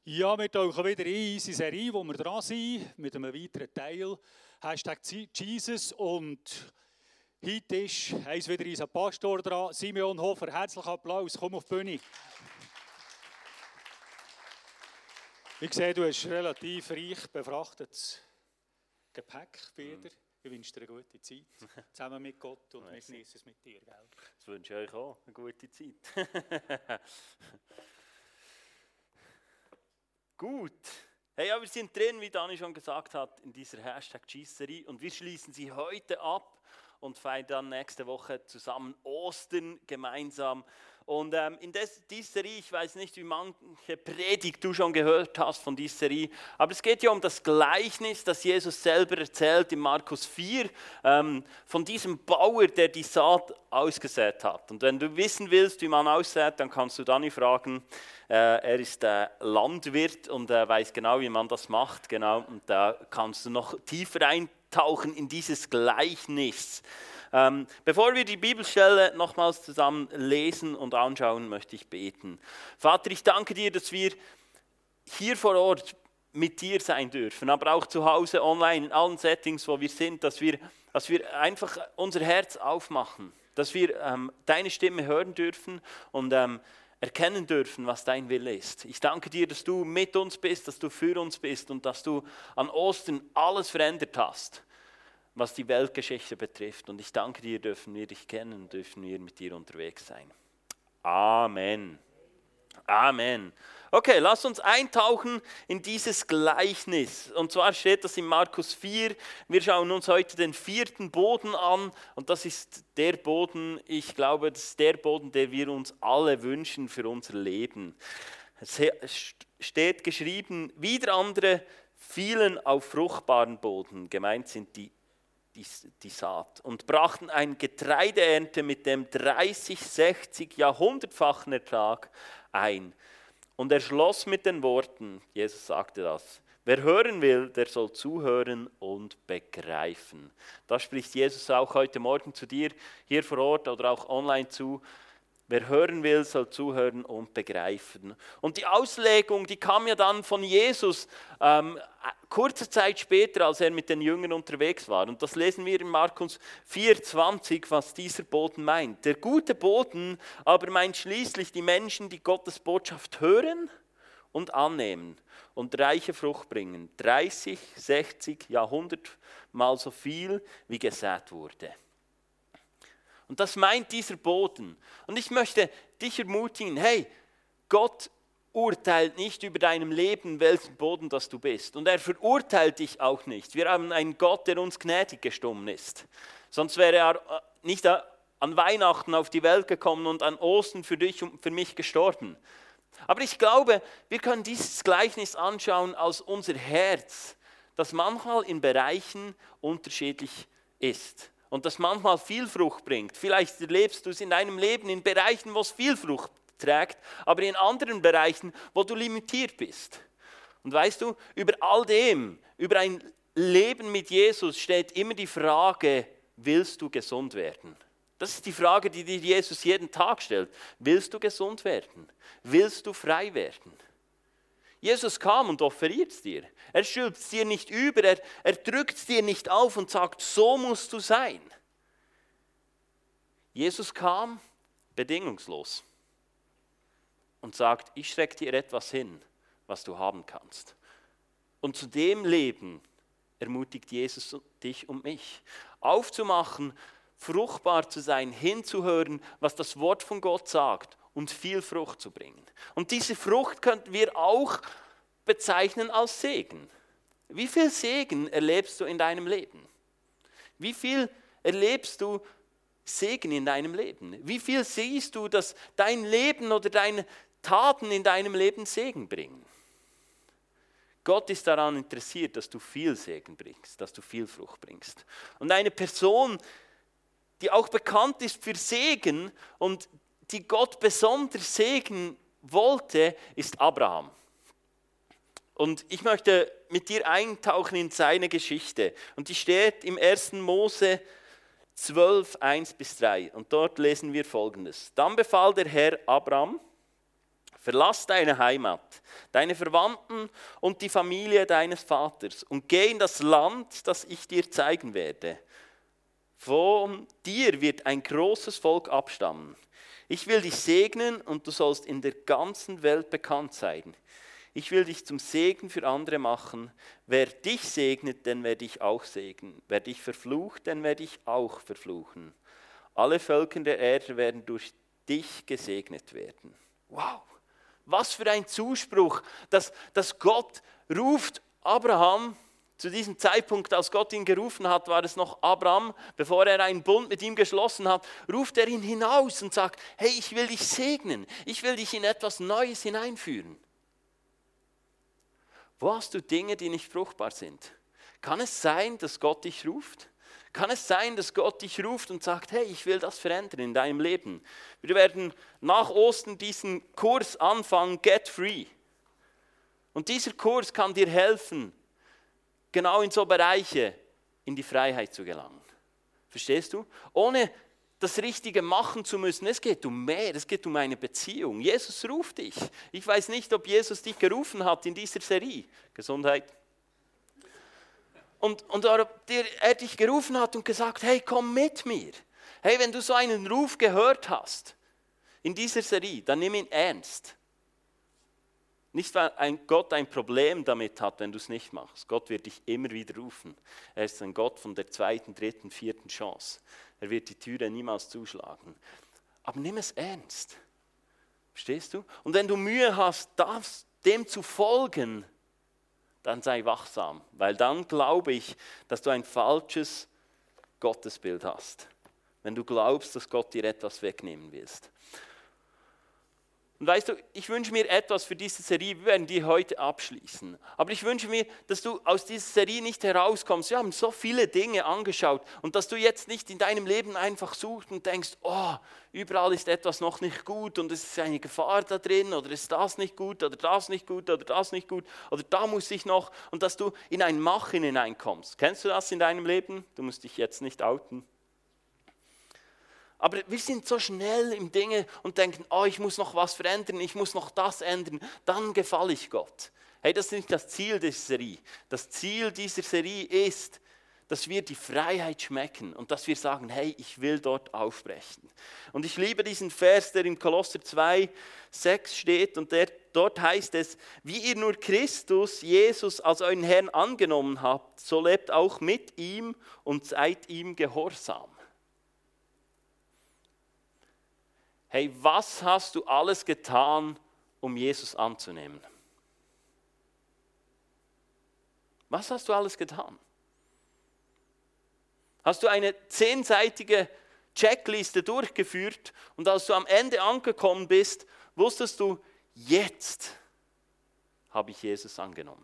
Ja, wir tauchen wieder in unsere Serie, wo wir dran sind, mit einem weiteren Teil. Hashtag Jesus. Und heute ist wieder unser Pastor dran, Simeon Hofer. Herzlichen Applaus, komm auf die Bühne. Ich sehe, du hast relativ reich befrachtetes Gepäck wieder. Ich wünsche dir eine gute Zeit, zusammen mit Gott, und wir genießen es mit dir. Gell? Das wünsche ich euch auch, eine gute Zeit. Gut. Hey, ja, wir sind drin, wie Dani schon gesagt hat, in dieser Hashtag Jesus-Serie, und wir schließen sie heute ab und feiern dann nächste Woche zusammen Ostern gemeinsam. Und in dieser Serie, ich weiß nicht, wie manche Predigt du schon gehört hast von dieser Serie, aber es geht ja um das Gleichnis, das Jesus selber erzählt in Markus 4, von diesem Bauer, der die Saat ausgesät hat. Und wenn du wissen willst, wie man aussät, dann kannst du Dani fragen. Er ist Landwirt und weiß genau, wie man das macht. Genau. Und da kannst du noch tiefer eintauchen in dieses Gleichnis. Bevor wir die Bibelstelle nochmals zusammen lesen und anschauen, möchte ich beten. Vater, ich danke dir, dass wir hier vor Ort mit dir sein dürfen, aber auch zu Hause, online, in allen Settings, wo wir sind, dass wir einfach unser Herz aufmachen, dass wir deine Stimme hören dürfen und erkennen dürfen, was dein Wille ist. Ich danke dir, dass du mit uns bist, dass du für uns bist und dass du an Ostern alles verändert hast, was die Weltgeschichte betrifft. Und ich danke dir, dürfen wir dich kennen, dürfen wir mit dir unterwegs sein. Amen. Amen. Okay, lass uns eintauchen in dieses Gleichnis. Und zwar steht das in Markus 4. Wir schauen uns heute den 4. Boden an. Und das ist der Boden, ich glaube, das ist der Boden, den wir uns alle wünschen für unser Leben. Es steht geschrieben, wieder andere fielen auf fruchtbaren Boden. Gemeint sind die Saat, und brachten eine Getreideernte mit dem 30, 60, ja 100-fachen Ertrag ein. Und er schloss mit den Worten, Jesus sagte das: Wer hören will, der soll zuhören und begreifen. Das spricht Jesus auch heute Morgen zu dir, hier vor Ort oder auch online zu. Wer hören will, soll zuhören und begreifen. Und die Auslegung, die kam ja dann von Jesus kurze Zeit später, als er mit den Jüngern unterwegs war. Und das lesen wir in Markus 4,20, was dieser Boden meint. Der gute Boden aber meint schließlich die Menschen, die Gottes Botschaft hören und annehmen und reiche Frucht bringen. 30, 60, ja 100 Mal so viel, wie gesät wurde. Und das meint dieser Boden. Und ich möchte dich ermutigen, hey, Gott urteilt nicht über deinem Leben, welchen Boden das du bist. Und er verurteilt dich auch nicht. Wir haben einen Gott, der uns gnädig gestimmt ist. Sonst wäre er nicht an Weihnachten auf die Welt gekommen und an Ostern für dich und für mich gestorben. Aber ich glaube, wir können dieses Gleichnis anschauen als unser Herz, das manchmal in Bereichen unterschiedlich ist. Und das manchmal viel Frucht bringt. Vielleicht erlebst du es in deinem Leben in Bereichen, wo es viel Frucht trägt, aber in anderen Bereichen, wo du limitiert bist. Und weißt du, über all dem, über ein Leben mit Jesus steht immer die Frage, willst du gesund werden? Das ist die Frage, die dir Jesus jeden Tag stellt. Willst du gesund werden? Willst du frei werden? Jesus kam und offeriert es dir. Er stülpt es dir nicht über, er drückt es dir nicht auf und sagt, so musst du sein. Jesus kam bedingungslos und sagt, ich strecke dir etwas hin, was du haben kannst. Und zu dem Leben ermutigt Jesus dich und mich, aufzumachen, fruchtbar zu sein, hinzuhören, was das Wort von Gott sagt, und viel Frucht zu bringen. Und diese Frucht könnten wir auch bezeichnen als Segen. Wie viel Segen erlebst du in deinem Leben? Wie viel erlebst du Segen in deinem Leben? Wie viel siehst du, dass dein Leben oder deine Taten in deinem Leben Segen bringen? Gott ist daran interessiert, dass du viel Segen bringst, dass du viel Frucht bringst. Und eine Person, die auch bekannt ist für Segen und die Gott besonders segnen wollte, ist Abraham. Und ich möchte mit dir eintauchen in seine Geschichte. Und die steht im 1. Mose 12, 1-3. Und dort lesen wir Folgendes. Dann befahl der Herr Abraham, Verlass deine Heimat, deine Verwandten und die Familie deines Vaters und geh in das Land, das ich dir zeigen werde. Von dir wird ein großes Volk abstammen. Ich will dich segnen und du sollst in der ganzen Welt bekannt sein. Ich will dich zum Segen für andere machen. Wer dich segnet, den werde ich auch segnen. Wer dich verflucht, den werde ich auch verfluchen. Alle Völker der Erde werden durch dich gesegnet werden. Wow, was für ein Zuspruch, dass Gott ruft Abraham. Zu diesem Zeitpunkt, als Gott ihn gerufen hat, war es noch Abraham, bevor er einen Bund mit ihm geschlossen hat, ruft er ihn hinaus und sagt, hey, ich will dich segnen, ich will dich in etwas Neues hineinführen. Wo hast du Dinge, die nicht fruchtbar sind? Kann es sein, dass Gott dich ruft? Kann es sein, dass Gott dich ruft und sagt, hey, ich will das verändern in deinem Leben? Wir werden nach Ostern diesen Kurs anfangen, Get Free. Und dieser Kurs kann dir helfen, genau in so Bereiche in die Freiheit zu gelangen. Verstehst du? Ohne das Richtige machen zu müssen. Es geht um mehr, es geht um eine Beziehung. Jesus ruft dich. Ich weiß nicht, ob Jesus dich gerufen hat in dieser Serie. Gesundheit. Und er dich gerufen hat und gesagt, hey, komm mit mir. Hey, wenn du so einen Ruf gehört hast in dieser Serie, dann nimm ihn ernst. Nicht, weil Gott ein Problem damit hat, wenn du es nicht machst. Gott wird dich immer wieder rufen. Er ist ein Gott von der 2., 3., 4. Chance. Er wird die Türe niemals zuschlagen. Aber nimm es ernst. Verstehst du? Und wenn du Mühe hast, dem zu folgen, dann sei wachsam. Weil dann glaube ich, dass du ein falsches Gottesbild hast. Wenn du glaubst, dass Gott dir etwas wegnehmen willst. Und weißt du, ich wünsche mir etwas für diese Serie, wir werden die heute abschließen. Aber ich wünsche mir, dass du aus dieser Serie nicht herauskommst. Wir haben so viele Dinge angeschaut und dass du jetzt nicht in deinem Leben einfach suchst und denkst, oh, überall ist etwas noch nicht gut und es ist eine Gefahr da drin oder ist das nicht gut oder das nicht gut oder das nicht gut oder da muss ich noch und dass du in ein Machen hineinkommst. Kennst du das in deinem Leben? Du musst dich jetzt nicht outen. Aber wir sind so schnell im Dinge und denken, oh, ich muss noch was verändern, ich muss noch das ändern, dann gefalle ich Gott. Hey, das ist nicht das Ziel dieser Serie. Das Ziel dieser Serie ist, dass wir die Freiheit schmecken und dass wir sagen, hey, ich will dort aufbrechen. Und ich liebe diesen Vers, der in Kolosser 2,6 steht und dort heißt es, wie ihr nur Christus, Jesus als euren Herrn angenommen habt, so lebt auch mit ihm und seid ihm gehorsam. Hey, was hast du alles getan, um Jesus anzunehmen? Was hast du alles getan? Hast du eine 10-seitige Checkliste durchgeführt und als du am Ende angekommen bist, wusstest du, jetzt habe ich Jesus angenommen.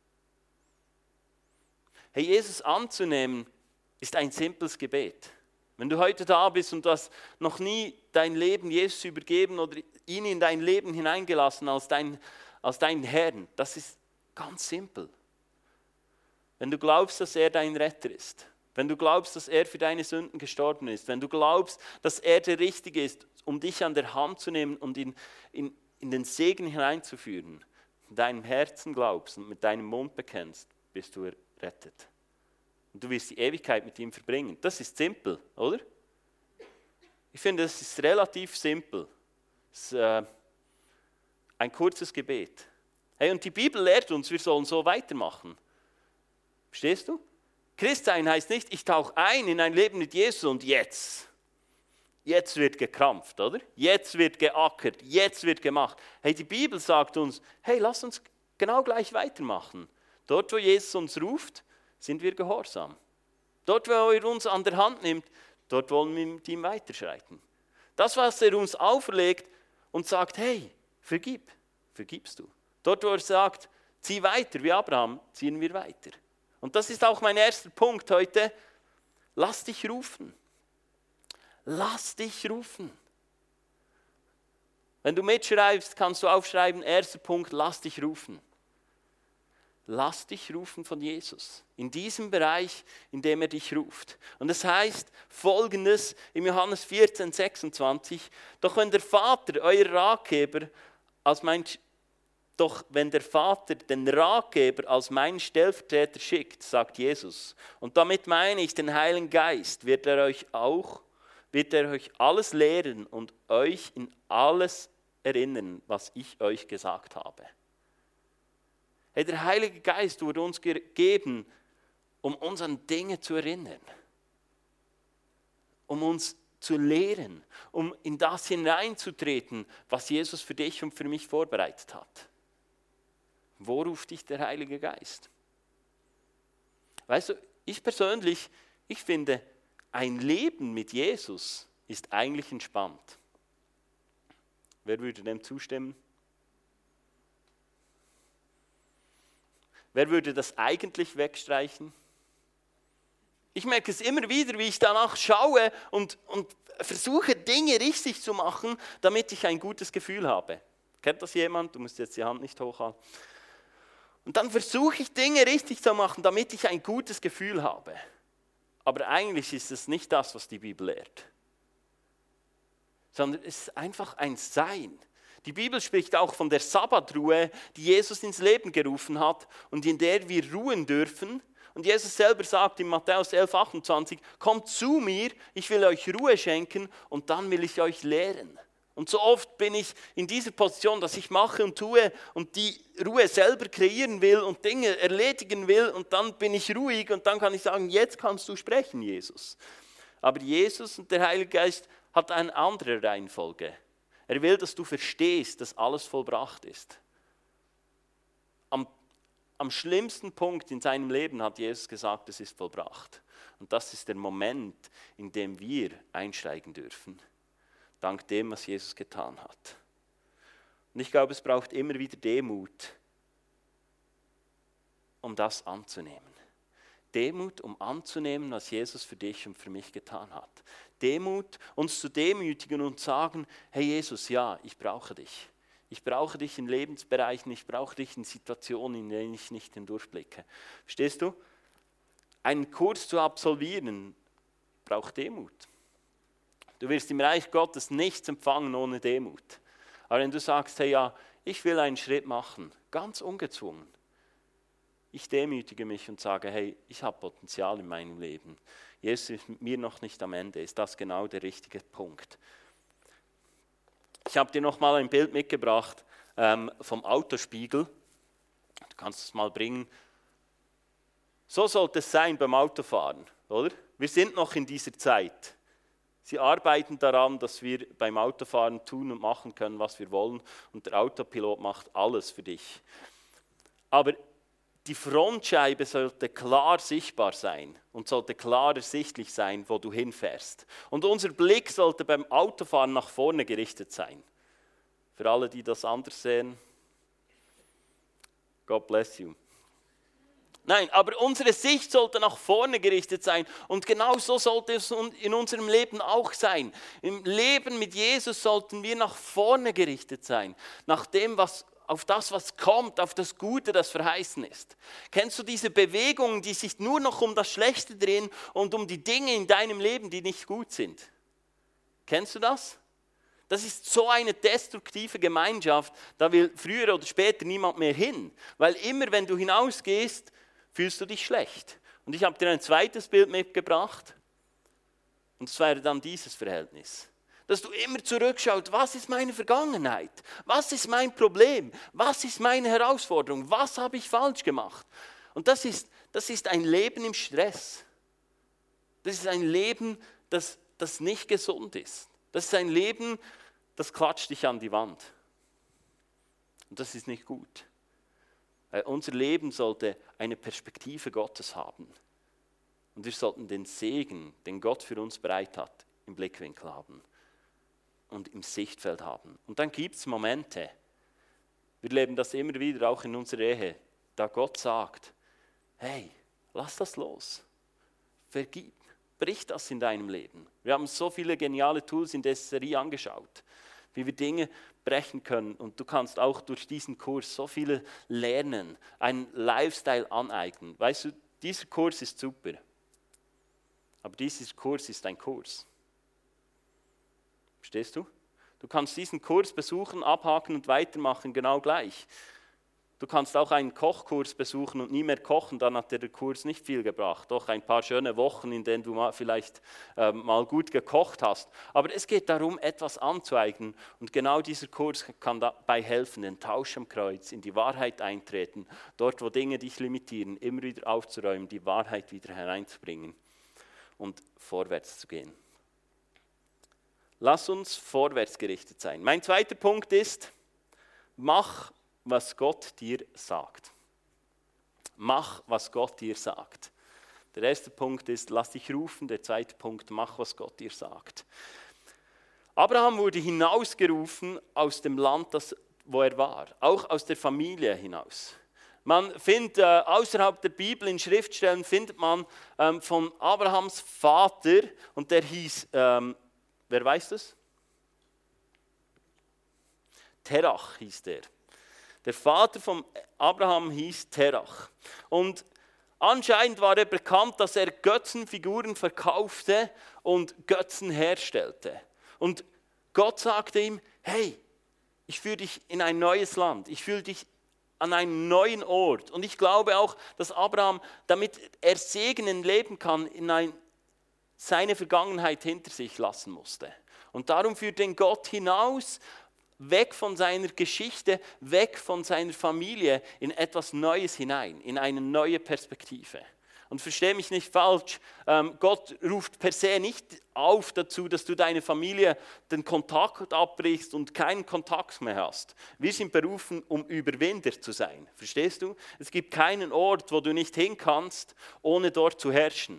Hey, Jesus anzunehmen ist ein simples Gebet. Wenn du heute da bist und du hast noch nie dein Leben Jesus übergeben oder ihn in dein Leben hineingelassen als deinen Herrn, das ist ganz simpel. Wenn du glaubst, dass er dein Retter ist, wenn du glaubst, dass er für deine Sünden gestorben ist, wenn du glaubst, dass er der Richtige ist, um dich an der Hand zu nehmen und in den Segen hineinzuführen, in deinem Herzen glaubst und mit deinem Mund bekennst, bist du errettet. Und du wirst die Ewigkeit mit ihm verbringen. Das ist simpel, oder? Ich finde, das ist relativ simpel. Das ist ein kurzes Gebet. Hey, und die Bibel lehrt uns, wir sollen so weitermachen. Verstehst du? Christsein heißt nicht, ich tauche ein in ein Leben mit Jesus und jetzt wird gekrampft, oder? Jetzt wird geackert, jetzt wird gemacht. Hey, die Bibel sagt uns, hey, lass uns genau gleich weitermachen. Dort, wo Jesus uns ruft, sind wir gehorsam. Dort, wo er uns an der Hand nimmt, dort wollen wir mit ihm weiterschreiten. Das, was er uns auferlegt und sagt, hey, vergibst du. Dort, wo er sagt, zieh weiter, wie Abraham, ziehen wir weiter. Und das ist auch mein erster Punkt heute. Lass dich rufen. Lass dich rufen. Wenn du mitschreibst, kannst du aufschreiben, erster Punkt, lass dich rufen. Lass dich rufen von Jesus. In diesem Bereich, in dem er dich ruft. Und es heißt Folgendes im Johannes 14, 26. Doch wenn der Vater, euer Ratgeber, Doch wenn der Vater den Ratgeber als meinen Stellvertreter schickt, sagt Jesus, und damit meine ich den Heiligen Geist, wird er euch alles lehren und euch in alles erinnern, was ich euch gesagt habe. Hey, der Heilige Geist wurde uns gegeben, um uns an Dinge zu erinnern, um uns zu lehren, um in das hineinzutreten, was Jesus für dich und für mich vorbereitet hat. Wo ruft dich der Heilige Geist? Weißt du, ich persönlich, ich finde, ein Leben mit Jesus ist eigentlich entspannt. Wer würde dem zustimmen? Wer würde das eigentlich wegstreichen? Ich merke es immer wieder, wie ich danach schaue und versuche, Dinge richtig zu machen, damit ich ein gutes Gefühl habe. Kennt das jemand? Du musst jetzt die Hand nicht hochhalten. Und dann versuche ich, Dinge richtig zu machen, damit ich ein gutes Gefühl habe. Aber eigentlich ist es nicht das, was die Bibel lehrt. Sondern es ist einfach ein Sein. Die Bibel spricht auch von der Sabbatruhe, die Jesus ins Leben gerufen hat und in der wir ruhen dürfen. Und Jesus selber sagt in Matthäus 11,28, kommt zu mir, ich will euch Ruhe schenken und dann will ich euch lehren. Und so oft bin ich in dieser Position, dass ich mache und tue und die Ruhe selber kreieren will und Dinge erledigen will und dann bin ich ruhig und dann kann ich sagen, jetzt kannst du sprechen, Jesus. Aber Jesus und der Heilige Geist hat eine andere Reihenfolge. Er will, dass du verstehst, dass alles vollbracht ist. Am schlimmsten Punkt in seinem Leben hat Jesus gesagt, es ist vollbracht. Und das ist der Moment, in dem wir einsteigen dürfen. Dank dem, was Jesus getan hat. Und ich glaube, es braucht immer wieder Demut, um das anzunehmen. Demut, um anzunehmen, was Jesus für dich und für mich getan hat. Demut, uns zu demütigen und sagen, hey Jesus, ja, ich brauche dich. Ich brauche dich in Lebensbereichen, ich brauche dich in Situationen, in denen ich nicht hindurchblicke. Verstehst du? Einen Kurs zu absolvieren, braucht Demut. Du wirst im Reich Gottes nichts empfangen ohne Demut. Aber wenn du sagst, hey ja, ich will einen Schritt machen, ganz ungezwungen. Ich demütige mich und sage, hey, ich habe Potenzial in meinem Leben. Jesus ist mit mir noch nicht am Ende. Ist das genau der richtige Punkt? Ich habe dir noch mal ein Bild mitgebracht vom Autospiegel. Du kannst es mal bringen. So sollte es sein beim Autofahren, oder? Wir sind noch in dieser Zeit. Sie arbeiten daran, dass wir beim Autofahren tun und machen können, was wir wollen. Und der Autopilot macht alles für dich. Aber die Frontscheibe sollte klar sichtbar sein und sollte klar ersichtlich sein, wo du hinfährst. Und unser Blick sollte beim Autofahren nach vorne gerichtet sein. Für alle, die das anders sehen, God bless you. Nein, aber unsere Sicht sollte nach vorne gerichtet sein und genau so sollte es in unserem Leben auch sein. Im Leben mit Jesus sollten wir nach vorne gerichtet sein, nach dem, auf das, was kommt, auf das Gute, das verheißen ist. Kennst du diese Bewegungen, die sich nur noch um das Schlechte drehen und um die Dinge in deinem Leben, die nicht gut sind? Kennst du das? Das ist so eine destruktive Gemeinschaft, da will früher oder später niemand mehr hin. Weil immer, wenn du hinausgehst, fühlst du dich schlecht. Und ich habe dir ein zweites Bild mitgebracht. Und es wäre dann dieses Verhältnis. Dass du immer zurückschaust, was ist meine Vergangenheit? Was ist mein Problem? Was ist meine Herausforderung? Was habe ich falsch gemacht? Und das ist ein Leben im Stress. Das ist ein Leben, das nicht gesund ist. Das ist ein Leben, das klatscht dich an die Wand. Und das ist nicht gut. Unser Leben sollte eine Perspektive Gottes haben. Und wir sollten den Segen, den Gott für uns bereit hat, im Blickwinkel haben und im Sichtfeld haben. Und dann gibt es Momente, wir leben das immer wieder auch in unserer Ehe, da Gott sagt, hey, lass das los, vergib, brich das in deinem Leben. Wir haben so viele geniale Tools in der Serie angeschaut, wie wir Dinge brechen können. Und du kannst auch durch diesen Kurs so viele lernen, einen Lifestyle aneignen. Weißt du, dieser Kurs ist super. Aber dieser Kurs ist ein Kurs. Verstehst du? Du kannst diesen Kurs besuchen, abhaken und weitermachen, genau gleich. Du kannst auch einen Kochkurs besuchen und nie mehr kochen, dann hat dir der Kurs nicht viel gebracht. Doch ein paar schöne Wochen, in denen du vielleicht mal gut gekocht hast. Aber es geht darum, etwas anzueignen. Und genau dieser Kurs kann dabei helfen, den Tausch am Kreuz, in die Wahrheit eintreten, dort, wo Dinge dich limitieren, immer wieder aufzuräumen, die Wahrheit wieder hereinzubringen und vorwärts zu gehen. Lass uns vorwärts gerichtet sein. Mein zweiter Punkt ist, mach, was Gott dir sagt. Mach, was Gott dir sagt. Der erste Punkt ist, lass dich rufen. Der zweite Punkt, mach, was Gott dir sagt. Abraham wurde hinausgerufen aus dem Land, wo er war. Auch aus der Familie hinaus. Man findet außerhalb der Bibel in Schriftstellen findet man von Abrahams Vater, und der hieß, wer weiß das? Terach hieß der. Der Vater von Abraham hieß Terach. Und anscheinend war er bekannt, dass er Götzenfiguren verkaufte und Götzen herstellte. Und Gott sagte ihm, hey, ich führe dich in ein neues Land. Ich führe dich an einen neuen Ort. Und ich glaube auch, dass Abraham, damit er Segen leben kann, seine Vergangenheit hinter sich lassen musste. Und darum führt ihn Gott hinaus, weg von seiner Geschichte, weg von seiner Familie, in etwas Neues hinein, in eine neue Perspektive. Und verstehe mich nicht falsch, Gott ruft per se nicht auf dazu, dass du deine Familie den Kontakt abbrichst und keinen Kontakt mehr hast. Wir sind berufen, um Überwinder zu sein. Verstehst du? Es gibt keinen Ort, wo du nicht hin kannst, ohne dort zu herrschen.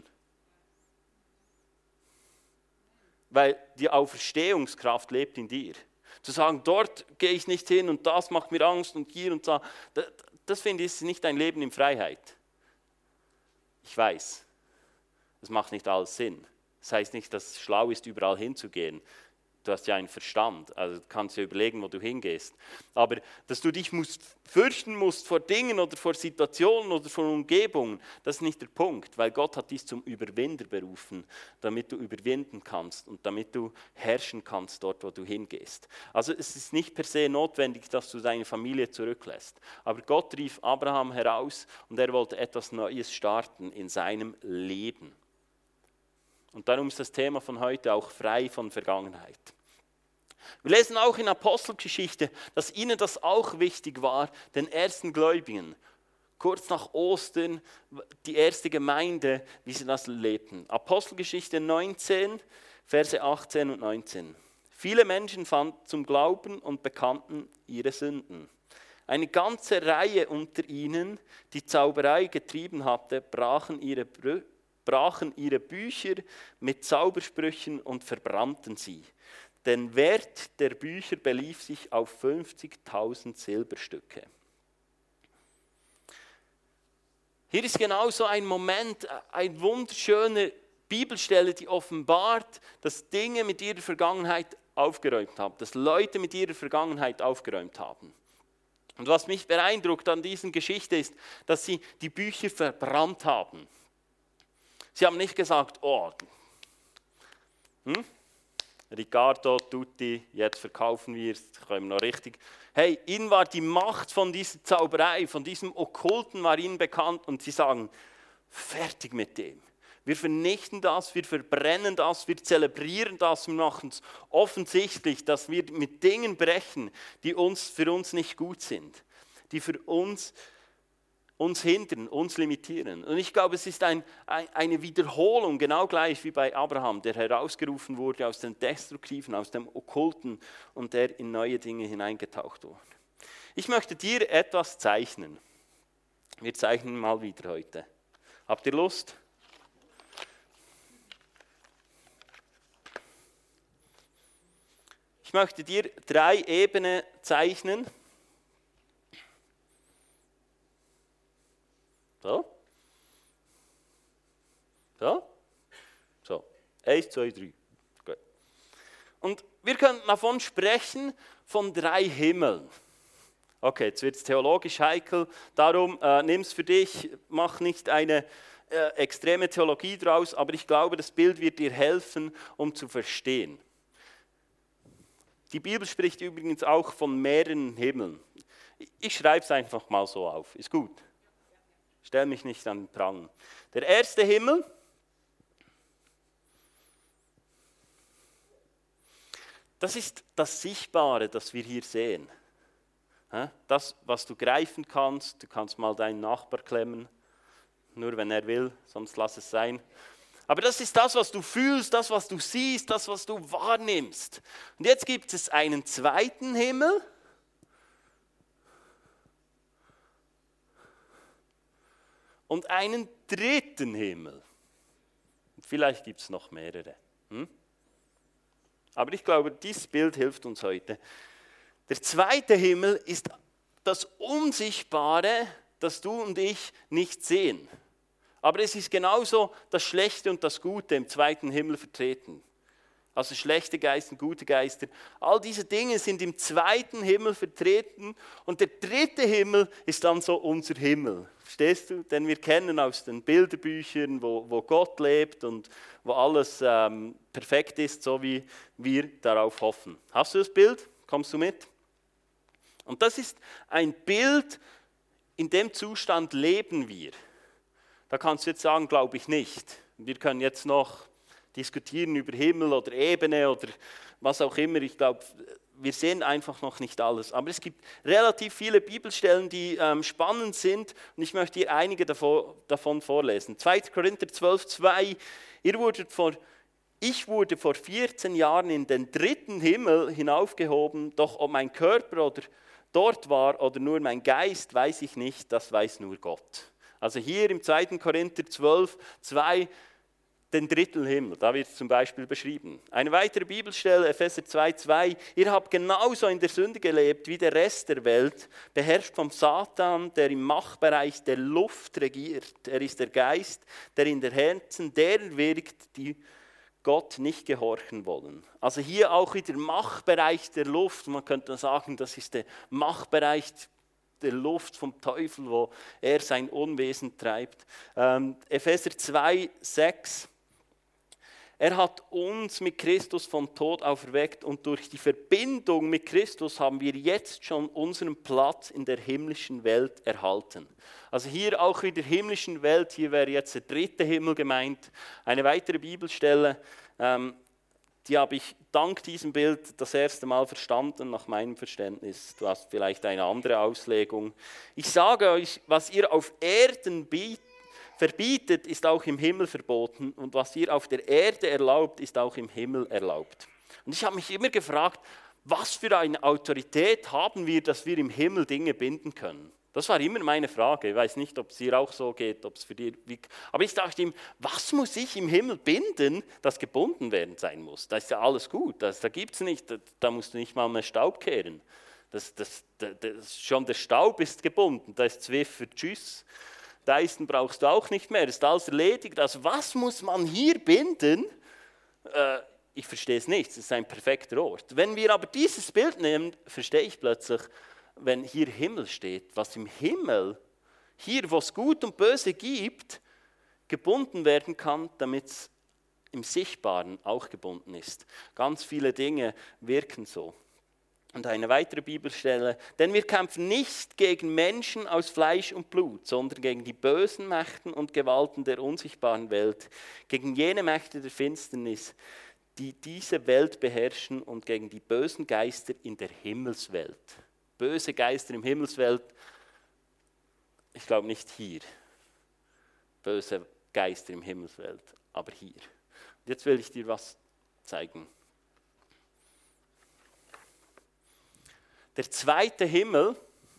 Weil die Auferstehungskraft lebt in dir. Zu sagen, dort gehe ich nicht hin und das macht mir Angst und hier und da, das finde ich ist nicht ein Leben in Freiheit. Ich weiß, das macht nicht alles Sinn. Das heißt nicht, dass es schlau ist, überall hinzugehen. Du hast ja einen Verstand, also du kannst ja überlegen, wo du hingehst. Aber dass du dich fürchten musst vor Dingen oder vor Situationen oder vor Umgebungen, das ist nicht der Punkt, weil Gott hat dich zum Überwinder berufen, damit du überwinden kannst und damit du herrschen kannst dort, wo du hingehst. Also es ist nicht per se notwendig, dass du deine Familie zurücklässt. Aber Gott rief Abraham heraus und er wollte etwas Neues starten in seinem Leben. Und darum ist das Thema von heute auch frei von Vergangenheit. Wir lesen auch in Apostelgeschichte, dass ihnen das auch wichtig war, den ersten Gläubigen. Kurz nach Ostern, die erste Gemeinde, wie sie das lebten. Apostelgeschichte 19, Verse 18 und 19. Viele Menschen fanden zum Glauben und bekannten ihre Sünden. Eine ganze Reihe unter ihnen, die Zauberei getrieben hatte, brachen ihre Bücher mit Zaubersprüchen und verbrannten sie. Der Wert der Bücher belief sich auf 50.000 Silberstücke. Hier ist genau so ein Moment, eine wunderschöne Bibelstelle, die offenbart, dass Dinge mit ihrer Vergangenheit aufgeräumt haben, dass Leute mit ihrer Vergangenheit aufgeräumt haben. Und was mich beeindruckt an dieser Geschichte ist, dass sie die Bücher verbrannt haben. Sie haben nicht gesagt, oh, Riccardo, Tutti, jetzt verkaufen wir es, können wir noch richtig. Hey, ihnen war die Macht von dieser Zauberei, von diesem Okkulten war ihnen bekannt und sie sagen, fertig mit dem. Wir vernichten das, wir verbrennen das, wir zelebrieren das, wir machen es offensichtlich, dass wir mit Dingen brechen, die für uns nicht gut sind, die für uns hindern, uns limitieren. Und ich glaube, es ist eine Wiederholung, genau gleich wie bei Abraham, der herausgerufen wurde aus dem Destruktiven, aus dem Okkulten und der in neue Dinge hineingetaucht wurde. Ich möchte dir etwas zeichnen. Wir zeichnen mal wieder heute. Habt ihr Lust? Ich möchte dir 3 Ebenen zeichnen. So. 1, 2, 3. Gut. Und wir könnten davon sprechen, von 3 Himmeln. Okay, jetzt wird es theologisch heikel, darum nimm es für dich, mach nicht eine extreme Theologie draus, aber ich glaube, das Bild wird dir helfen, um zu verstehen. Die Bibel spricht übrigens auch von mehreren Himmeln. Ich schreibe es einfach mal so auf, ist gut. Stell mich nicht an den Pranger. Der erste Himmel, das ist das Sichtbare, das wir hier sehen. Das, was du greifen kannst, du kannst mal deinen Nachbar klemmen, nur wenn er will, sonst lass es sein. Aber das ist das, was du fühlst, das, was du siehst, das, was du wahrnimmst. Und jetzt gibt es einen zweiten Himmel. Und einen dritten Himmel. Vielleicht gibt es noch mehrere. Aber ich glaube, dieses Bild hilft uns heute. Der zweite Himmel ist das Unsichtbare, das du und ich nicht sehen. Aber es ist genauso das Schlechte und das Gute im zweiten Himmel vertreten. Also schlechte Geister, gute Geister. All diese Dinge sind im zweiten Himmel vertreten. Und der dritte Himmel ist dann so unser Himmel. Verstehst du? Denn wir kennen aus den Bilderbüchern, wo Gott lebt und wo alles perfekt ist, so wie wir darauf hoffen. Hast du das Bild? Kommst du mit? Und das ist ein Bild, in dem Zustand leben wir. Da kannst du jetzt sagen, glaube ich nicht. Wir können jetzt noch diskutieren über Himmel oder Ebene oder was auch immer. Ich glaube, wir sehen einfach noch nicht alles. Aber es gibt relativ viele Bibelstellen, die spannend sind. Und ich möchte hier einige davon vorlesen. 2. Korinther 12,2. Ich wurde vor 14 Jahren in den dritten Himmel hinaufgehoben, doch ob mein Körper dort war oder nur mein Geist, weiß ich nicht, das weiß nur Gott. Also hier im 2. Korinther 12,2 den dritten Himmel, da wird es zum Beispiel beschrieben. Eine weitere Bibelstelle, Epheser 2,2, ihr habt genauso in der Sünde gelebt wie der Rest der Welt, beherrscht vom Satan, der im Machtbereich der Luft regiert. Er ist der Geist, der in den Herzen derer wirkt, die Gott nicht gehorchen wollen. Also hier auch wieder Machtbereich der Luft. Man könnte sagen, das ist der Machtbereich der Luft vom Teufel, wo er sein Unwesen treibt. Epheser 2,6. Er hat uns mit Christus vom Tod auferweckt und durch die Verbindung mit Christus haben wir jetzt schon unseren Platz in der himmlischen Welt erhalten. Also hier auch in der himmlischen Welt, hier wäre jetzt der dritte Himmel gemeint. Eine weitere Bibelstelle, die habe ich dank diesem Bild das erste Mal verstanden, nach meinem Verständnis. Du hast vielleicht eine andere Auslegung. Ich sage euch, was ihr auf Erden verbietet, ist auch im Himmel verboten. Und was ihr auf der Erde erlaubt, ist auch im Himmel erlaubt. Und ich habe mich immer gefragt, was für eine Autorität haben wir, dass wir im Himmel Dinge binden können? Das war immer meine Frage. Ich weiß nicht, ob es dir auch so geht, ob es für dich. Aber ich dachte ihm, was muss ich im Himmel binden, das gebunden werden sein muss? Da ist ja alles gut. Da gibt es nicht, da musst du nicht mal mehr Staub kehren. Schon der Staub ist gebunden. Da ist Zwiffer, tschüss. Dyson brauchst du auch nicht mehr. Das ist alles erledigt. Also was muss man hier binden? Ich verstehe es nicht. Es ist ein perfekter Ort. Wenn wir aber dieses Bild nehmen, verstehe ich plötzlich, wenn hier Himmel steht, was im Himmel, hier wo es Gut und Böse gibt, gebunden werden kann, damit es im Sichtbaren auch gebunden ist. Ganz viele Dinge wirken so. Und eine weitere Bibelstelle, denn wir kämpfen nicht gegen Menschen aus Fleisch und Blut, sondern gegen die bösen Mächten und Gewalten der unsichtbaren Welt, gegen jene Mächte der Finsternis, die diese Welt beherrschen und gegen die bösen Geister in der Himmelswelt. Böse Geister im Himmelswelt, ich glaube nicht hier. Böse Geister im Himmelswelt, aber hier. Und jetzt will ich dir was zeigen. Der zweite Himmel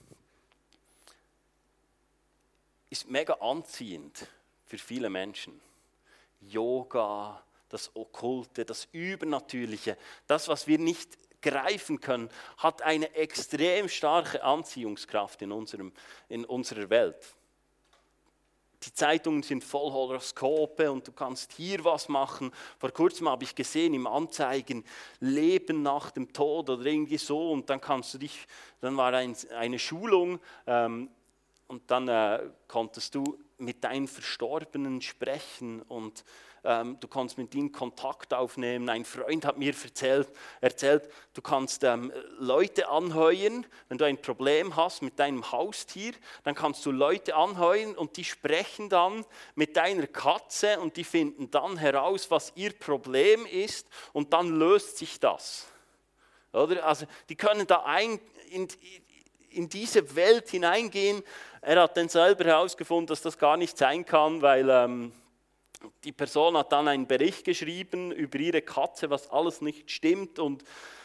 ist mega anziehend für viele Menschen. Yoga, das Okkulte, das Übernatürliche, das, was wir nicht greifen können, hat eine extrem starke Anziehungskraft in unserer Welt. Die Zeitungen sind voll Horoskope und du kannst hier was machen. Vor kurzem habe ich gesehen im Anzeigen Leben nach dem Tod oder irgendwie so und dann war eine Schulung dann konntest du mit deinen Verstorbenen sprechen und du kannst mit ihnen Kontakt aufnehmen. Ein Freund hat mir erzählt, du kannst Leute anheuern, wenn du ein Problem hast mit deinem Haustier, dann kannst du Leute anheuern und die sprechen dann mit deiner Katze und die finden dann heraus, was ihr Problem ist und dann löst sich das. Oder? Also die können da in diese Welt hineingehen. Er hat dann selber herausgefunden, dass das gar nicht sein kann, weil die Person hat dann einen Bericht geschrieben über ihre Katze, was alles nicht stimmt. Und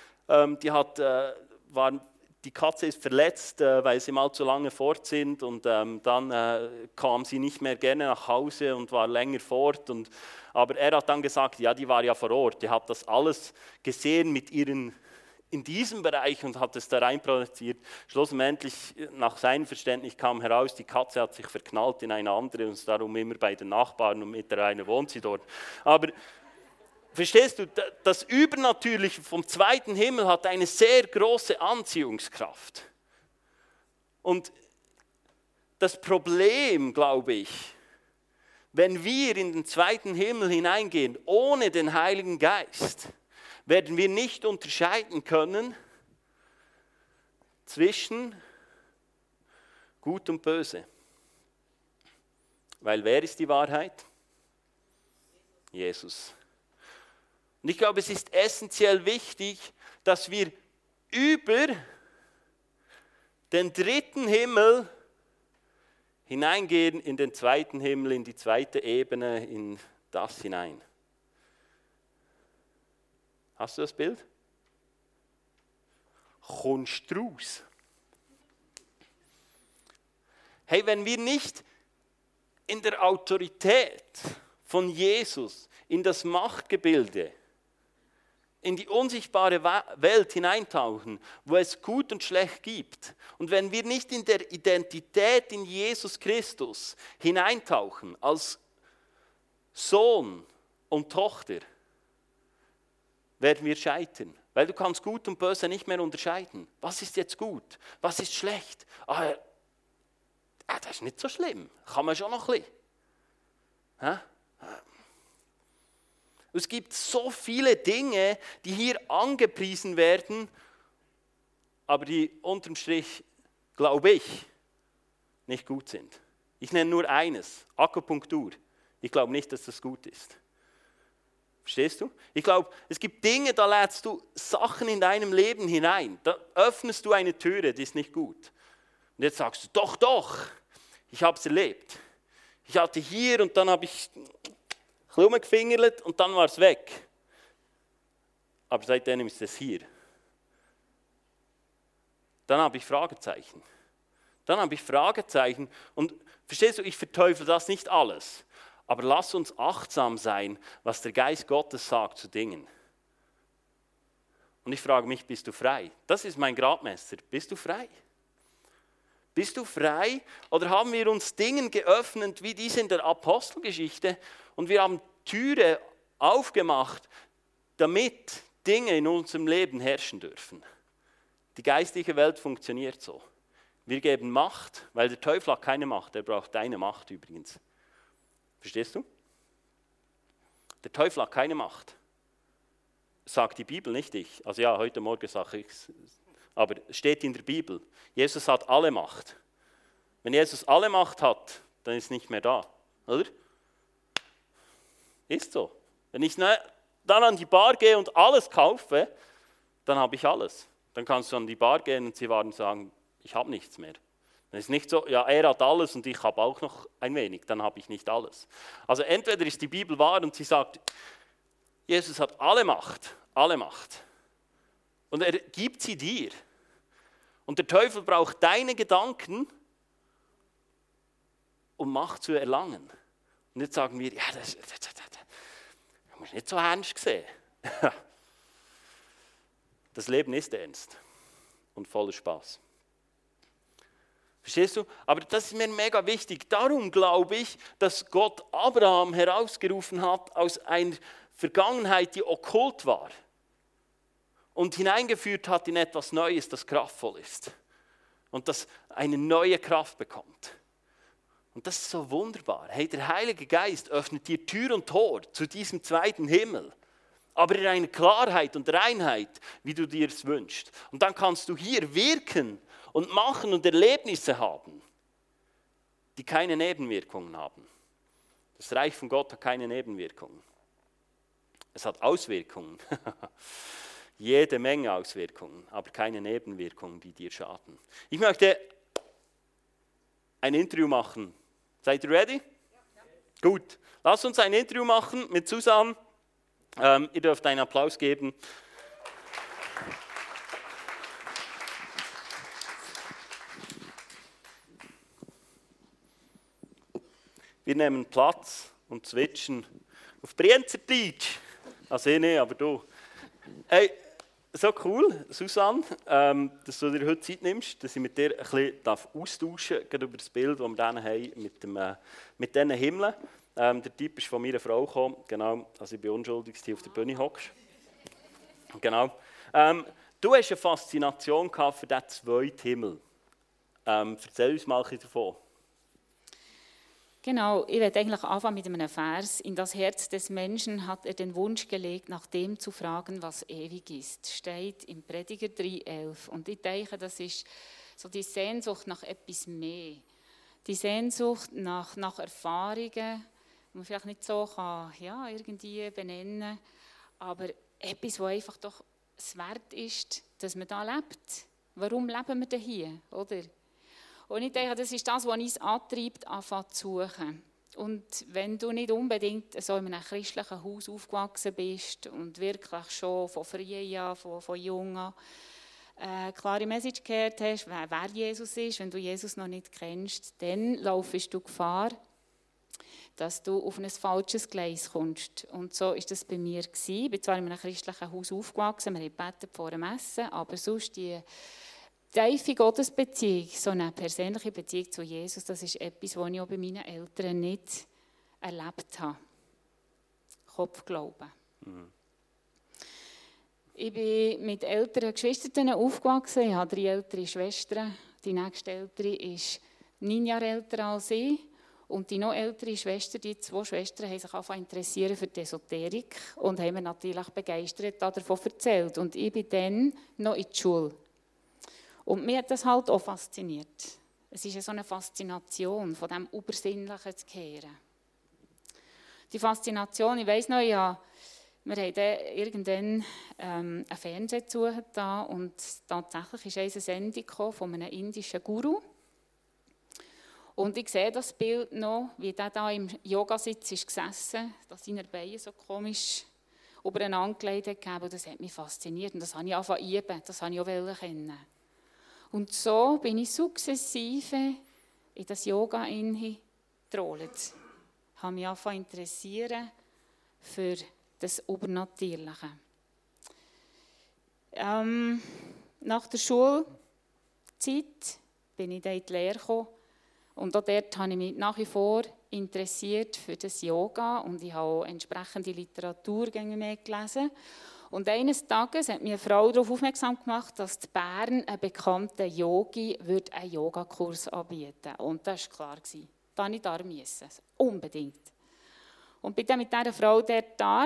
die Katze ist verletzt, weil sie mal zu lange fort sind. Und dann kam sie nicht mehr gerne nach Hause und war länger fort. Aber er hat dann gesagt, ja, die war ja vor Ort. Die hat das alles gesehen mit ihren in diesem Bereich und hat es da rein produziert. Schlussendlich, nach seinem Verständnis kam heraus, die Katze hat sich verknallt in eine andere und ist darum immer bei den Nachbarn und mit der einen wohnt sie dort. Aber verstehst du, das Übernatürliche vom zweiten Himmel hat eine sehr große Anziehungskraft. Und das Problem, glaube ich, wenn wir in den zweiten Himmel hineingehen, ohne den Heiligen Geist, werden wir nicht unterscheiden können zwischen Gut und Böse. Weil wer ist die Wahrheit? Jesus. Und ich glaube, es ist essentiell wichtig, dass wir über den dritten Himmel hineingehen in den zweiten Himmel, in die zweite Ebene, in das hinein. Hast du das Bild? Kommst du raus? Hey, wenn wir nicht in der Autorität von Jesus, in das Machtgebilde, in die unsichtbare Welt hineintauchen, wo es gut und schlecht gibt, und wenn wir nicht in der Identität in Jesus Christus hineintauchen, als Sohn und Tochter, werden wir scheitern. Weil du kannst Gut und Böse nicht mehr unterscheiden. Was ist jetzt gut? Was ist schlecht? Das ist nicht so schlimm. Kann man schon noch ein bisschen. Es gibt so viele Dinge, die hier angepriesen werden, aber die unterm Strich, glaube ich, nicht gut sind. Ich nenne nur eines, Akupunktur. Ich glaube nicht, dass das gut ist. Verstehst du? Ich glaube, es gibt Dinge, da lädst du Sachen in deinem Leben hinein. Da öffnest du eine Türe, die ist nicht gut. Und jetzt sagst du, doch, ich habe es erlebt. Ich hatte hier und dann habe ich ein bisschen rumgefingert und dann war es weg. Aber seitdem ist es hier. Dann habe ich Fragezeichen. Und verstehst du, ich verteufel das nicht alles. Aber lass uns achtsam sein, was der Geist Gottes sagt zu Dingen. Und ich frage mich, bist du frei? Das ist mein Gradmesser. Bist du frei? Bist du frei? Oder haben wir uns Dingen geöffnet, wie diese in der Apostelgeschichte, und wir haben Türe aufgemacht, damit Dinge in unserem Leben herrschen dürfen? Die geistliche Welt funktioniert so. Wir geben Macht, weil der Teufel hat keine Macht, er braucht deine Macht übrigens. Verstehst du? Der Teufel hat keine Macht. Sagt die Bibel, nicht ich. Also ja, heute Morgen sage ich es, aber es steht in der Bibel. Jesus hat alle Macht. Wenn Jesus alle Macht hat, dann ist es nicht mehr da, oder? Ist so. Wenn ich dann an die Bar gehe und alles kaufe, dann habe ich alles. Dann kannst du an die Bar gehen und sie werden sagen, ich habe nichts mehr. Dann ist nicht so, ja, er hat alles und ich habe auch noch ein wenig, dann habe ich nicht alles. Also entweder ist die Bibel wahr und sie sagt, Jesus hat alle Macht. Und er gibt sie dir. Und der Teufel braucht deine Gedanken, um Macht zu erlangen. Und jetzt sagen wir, ja, das muss nicht so ernst sehen. Das Leben ist ernst und voller Spaß. Verstehst du? Aber das ist mir mega wichtig. Darum glaube ich, dass Gott Abraham herausgerufen hat aus einer Vergangenheit, die okkult war, und hineingeführt hat in etwas Neues, das kraftvoll ist. und das eine neue Kraft bekommt. Und das ist so wunderbar. Hey, der Heilige Geist öffnet dir Tür und Tor zu diesem zweiten Himmel. Aber in einer Klarheit und Reinheit, wie du dir es wünschst. Und dann kannst du hier wirken und machen und Erlebnisse haben, die keine Nebenwirkungen haben. Das Reich von Gott hat keine Nebenwirkungen. Es hat Auswirkungen. Jede Menge Auswirkungen, aber keine Nebenwirkungen, die dir schaden. Ich möchte ein Interview machen. Seid ihr ready? Ja. Gut. Lasst uns ein Interview machen mit Susanne. Ihr dürft einen Applaus geben. Wir nehmen Platz und switchen auf Brienzerdeutsch. Also ich nicht, aber du. Hey, so cool, Susanne, dass du dir heute Zeit nimmst, dass ich mit dir ein bisschen austauschen darf über das Bild, das wir dann haben mit diesen Himmeln. Der Typ ist von meiner Frau gekommen, genau, also ich bin unschuldig, dass du auf der Bühne hockst. Genau. Du hast eine Faszination gehabt für diesen zweiten Himmel. Erzähl uns mal ein bisschen davon. Genau, ich werde eigentlich anfangen mit einem Vers. In das Herz des Menschen hat er den Wunsch gelegt, nach dem zu fragen, was ewig ist. Steht im Prediger 3,11. Und ich denke, das ist so die Sehnsucht nach etwas mehr. Die Sehnsucht nach Erfahrungen, die man vielleicht nicht so kann, irgendwie benennen, aber etwas, was einfach doch es wert ist, dass man da lebt. Warum leben wir denn hier, oder? Und ich denke, das ist das, was uns antreibt, anfangen zu suchen. Und wenn du nicht unbedingt so in einem christlichen Haus aufgewachsen bist und wirklich schon von früh an, von jung an, eine klare Message gehört hast, wer Jesus ist, wenn du Jesus noch nicht kennst, dann laufst du Gefahr, dass du auf ein falsches Gleis kommst. Und so war das bei mir. Ich bin zwar in einem christlichen Haus aufgewachsen, wir haben gebetet vor dem Essen, aber sonst die tiefe Gottesbeziehung, so eine persönliche Beziehung zu Jesus, das ist etwas, was ich auch bei meinen Eltern nicht erlebt habe. Kopfglauben. Ich bin mit älteren Geschwistern aufgewachsen. Ich habe 3 ältere Schwestern. Die nächste ältere ist 9 Jahre älter als ich. Und die noch ältere Schwester, die 2 Schwestern, haben sich angefangen interessieren für die Esoterik und haben mir natürlich begeistert davon erzählt. Und ich bin dann noch in die Schule. Und mich hat das halt auch fasziniert. Es ist so eine Faszination, von dem Übersinnlichen zu kehren. Die Faszination, ich weiss noch, wir haben dann irgendwann einen Fernseher zugetan und tatsächlich kam eine Sendung von einem indischen Guru. Und ich sehe das Bild noch, wie der da im Yogasitz ist gesessen, dass seine Beine so komisch übereinander gelegt haben. Das hat mich fasziniert und das habe ich angefangen zu üben, das habe ich auch kennen. Und so bin ich sukzessive in das Yoga hineingetrollt. Ich habe mich angefangen zu interessieren für das Übernatürliche. Nach der Schulzeit bin ich dann in die Lehre gekommen. Und auch dort habe ich mich nach wie vor interessiert für das Yoga. Und ich habe auch entsprechende Literatur mehr gelesen. Und eines Tages hat mir eine Frau darauf aufmerksam gemacht, dass in Bern ein bekannter Yogi einen Yogakurs anbieten würde. Und das war klar. Da musste ich da müssen. Unbedingt. Und bin dann mit dieser Frau dort da.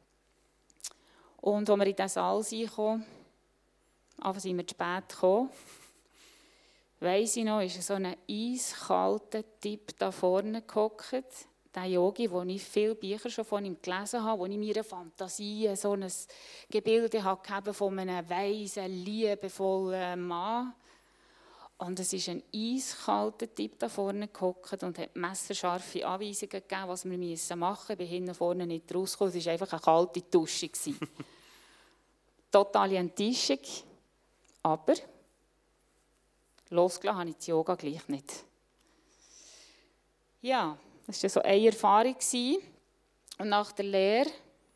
Und als wir in diesen Saal kamen, sind wir zu spät gekommen, weiss ich noch, ist so ein eiskalter Typ da vorne gehockt. Der Yogi, wo ich viele Bücher schon von ihm gelesen habe, wo ich mir Fantasie so ein Gebilde habe von einem weisen, liebevollen Mann. Und es ist ein eiskalter Typ da vorne gehockt und hat messerscharfe Anweisungen gegeben, was wir machen müssen. Ich bin hinten vorne nicht rausgekommen, es war einfach eine kalte Dusche. Total Enttäuschung, aber losgelassen habe ich das Yoga gleich nicht. Ja, das war so eine Erfahrung. Und nach der Lehre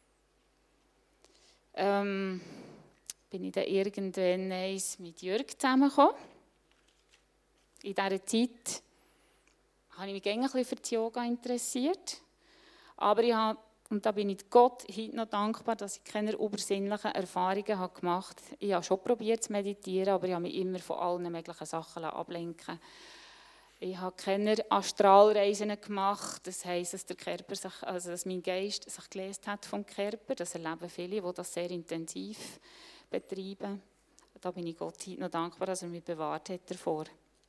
bin ich dann irgendwann mit Jörg zusammengekommen. In dieser Zeit habe ich mich ein bisschen für das Yoga interessiert. Aber ich habe Und da bin ich Gott heute noch dankbar, dass ich keine übersinnlichen Erfahrungen habe gemacht habe. Ich habe schon probiert zu meditieren, aber ich habe mich immer von allen möglichen Sachen ablenken. Ich habe keine Astralreisen gemacht. Das heisst, dass der Körper sich, also dass mein Geist sich gelöst hat vom Körper. Das erleben viele, die das sehr intensiv betreiben. Da bin ich Gott heute noch dankbar, dass er mich bewahrt hat davor.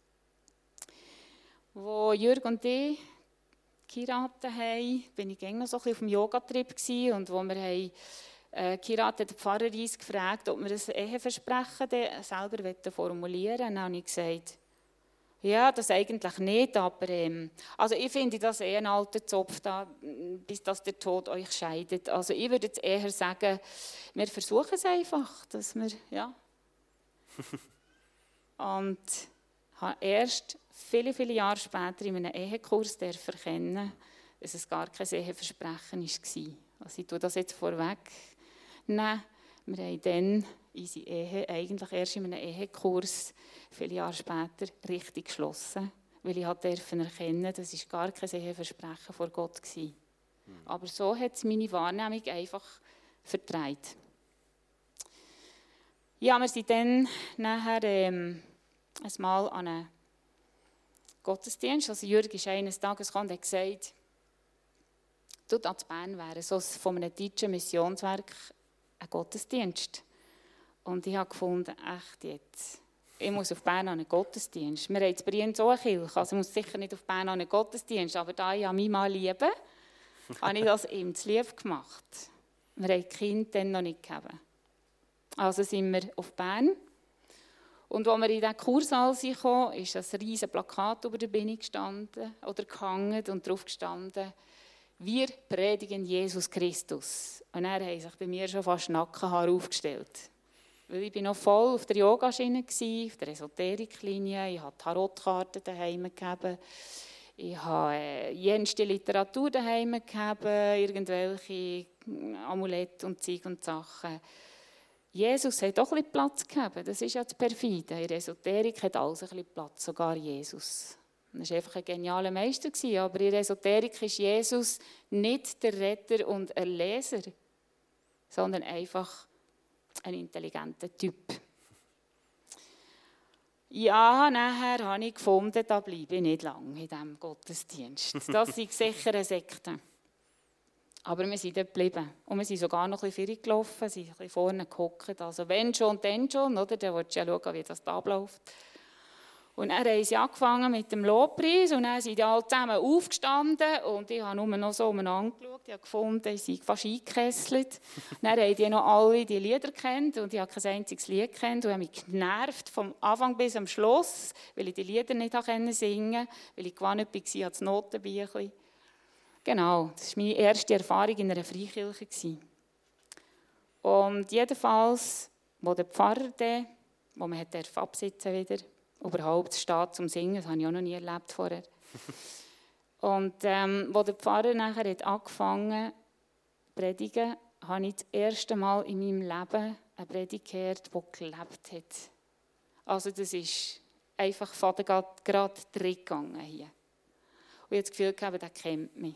Wo Jürg und ich geheiratet haben, bin ich noch so ein bisschen auf dem Yoga-Trip gewesen, und wo wir haben geheiratet, der Pfarrer uns gefragt, ob wir ein Eheversprechen selber formulieren wollen. Dann habe ich gesagt, ja, das eigentlich nicht, aber also ich finde das ein alter Zopf, da, bis dass der Tod euch scheidet. Also ich würde jetzt eher sagen, wir versuchen es einfach, dass wir, ja. Und habe erst viele, viele Jahre später in einem Ehekurs erkennen, dass es gar kein Eheversprechen war. Also ich tue das jetzt vorweg. Nein, wir haben dann unsere Ehe eigentlich erst in einem Ehekurs viele Jahre später richtig geschlossen, weil ich durfte erkennen, das war gar kein Eheversprechen vor Gott war. Aber so hat es meine Wahrnehmung einfach vertreibt. Ja, wir sind dann nachher einmal an einen Gottesdienst. Also Jürg ist eines Tages gekommen und hat gesagt, du da zu Bern wäre so von einem deutschen Missionswerk ein Gottesdienst. Und ich habe gefunden, echt jetzt, ich muss auf Bern an einen Gottesdienst. Wir haben in Brienz auch eine Kirche, also ich muss sicher nicht auf Bern an einen Gottesdienst, aber da ich mich mal liebe, habe ich das ihm zu lieb gemacht. Wir haben die Kinder dann noch nicht gehabt. Also sind wir auf Bern. Und als wir in diesen Kursaal kamen, ist ein riesiges Plakat über der Bühne gestanden oder gehangen und drauf gestanden, wir predigen Jesus Christus. Und dann haben sich bei mir schon fast Nackenhaare aufgestellt. Weil ich war noch voll auf der Yogaschiene, auf der Esoteriklinie, ich habe Tarotkarten daheim gegeben, ich habe jenste Literatur daheim gegeben, irgendwelche Amulette und Zeug und Sachen. Jesus hat auch ein bisschen Platz gegeben, das ist ja das Perfide. In der Esoterik hat alles ein bisschen Platz, sogar Jesus. Er war einfach ein genialer Meister, aber in der Esoterik ist Jesus nicht der Retter und Erlöser, sondern einfach ein intelligenter Typ. Ja, nachher habe ich gefunden, da bleibe ich nicht lange in diesem Gottesdienst. Das ist sicher eine Sekte. Aber wir sind dort geblieben. Und wir sind sogar noch ein bisschen vorgelaufen, sind ein bisschen vorne gehockt. Also wenn schon, dann schon, oder? Dann willst du ja schauen, wie das da abläuft. Und dann haben sie angefangen mit dem Lobpreis und dann sind die alle zusammen aufgestanden und ich habe nur noch so umeinander geschaut. Ich habe gefunden, sie sind fast eingekesselt. Dann haben die noch alle die Lieder gekannt und ich habe kein einziges Lied gekannt und habe mich genervt vom Anfang bis am Schluss, weil ich die Lieder nicht singen konnte, weil ich gewohnt war, das Notenbüchlein. Genau, das war meine erste Erfahrung in einer Freikirche. Und jedenfalls, wo der Pfarrer dann, wo man absitzen wieder, überhaupt steht zum Singen, das habe ich auch noch nie erlebt vorher. Und wo der Pfarrer nachher hat angefangen zu predigen, habe ich das erste Mal in meinem Leben eine Predigt gehört, die gelebt hat. Also das ist einfach gerade reingegangen hier. Und ich habe das Gefühl gehabt, der kennt mich.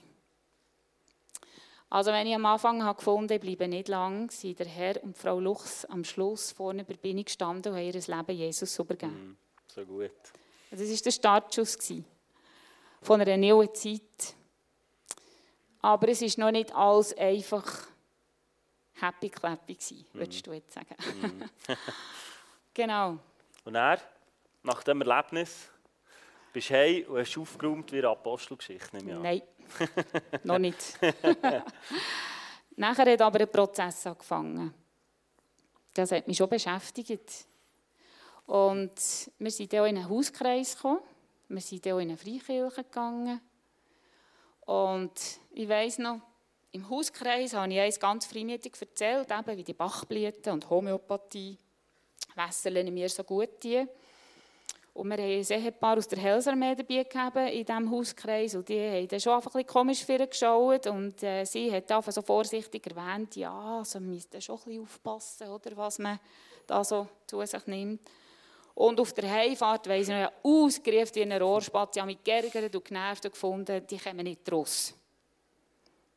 Also wenn ich am Anfang gefunden habe, ich bleibe nicht lang, sind der Herr und Frau Luchs am Schluss vorne bei der Bühne gestanden und haben ihr Leben Jesus übergeben. So gut. Das war der Startschuss von einer neuen Zeit. Aber es war noch nicht alles einfach happy-clappy, würdest du jetzt sagen. Genau. Und er, nach dem Erlebnis, bist du heim und hast aufgeräumt wie eine Apostelgeschichte? Nein, noch nicht. Nachher hat aber ein Prozess angefangen. Das hat mich schon beschäftigt. Und wir sind dann auch in einen Hauskreis gekommen. Wir sind dann auch in eine Freikirche gegangen. Und ich weiss noch, im Hauskreis habe ich eins ganz freimütig erzählt, eben wie die Bachblüten und Homöopathie wässerlen mir so gut die. Und wir haben ein Ehepaar aus der Heilsarmee dabei gehabt in diesem Hauskreis. Und die haben dann schon einfach ein bisschen komisch vorgeschaut. Und sie hat einfach so vorsichtig erwähnt, ja, also man müsste schon ein bisschen aufpassen, oder, was man da so zu sich nimmt. Und auf der Heimfahrt weiss ich noch, ausgerufen wie ein Rohrspatz. Ich habe mich geärgert und genervt und gefunden, die kommen nicht raus.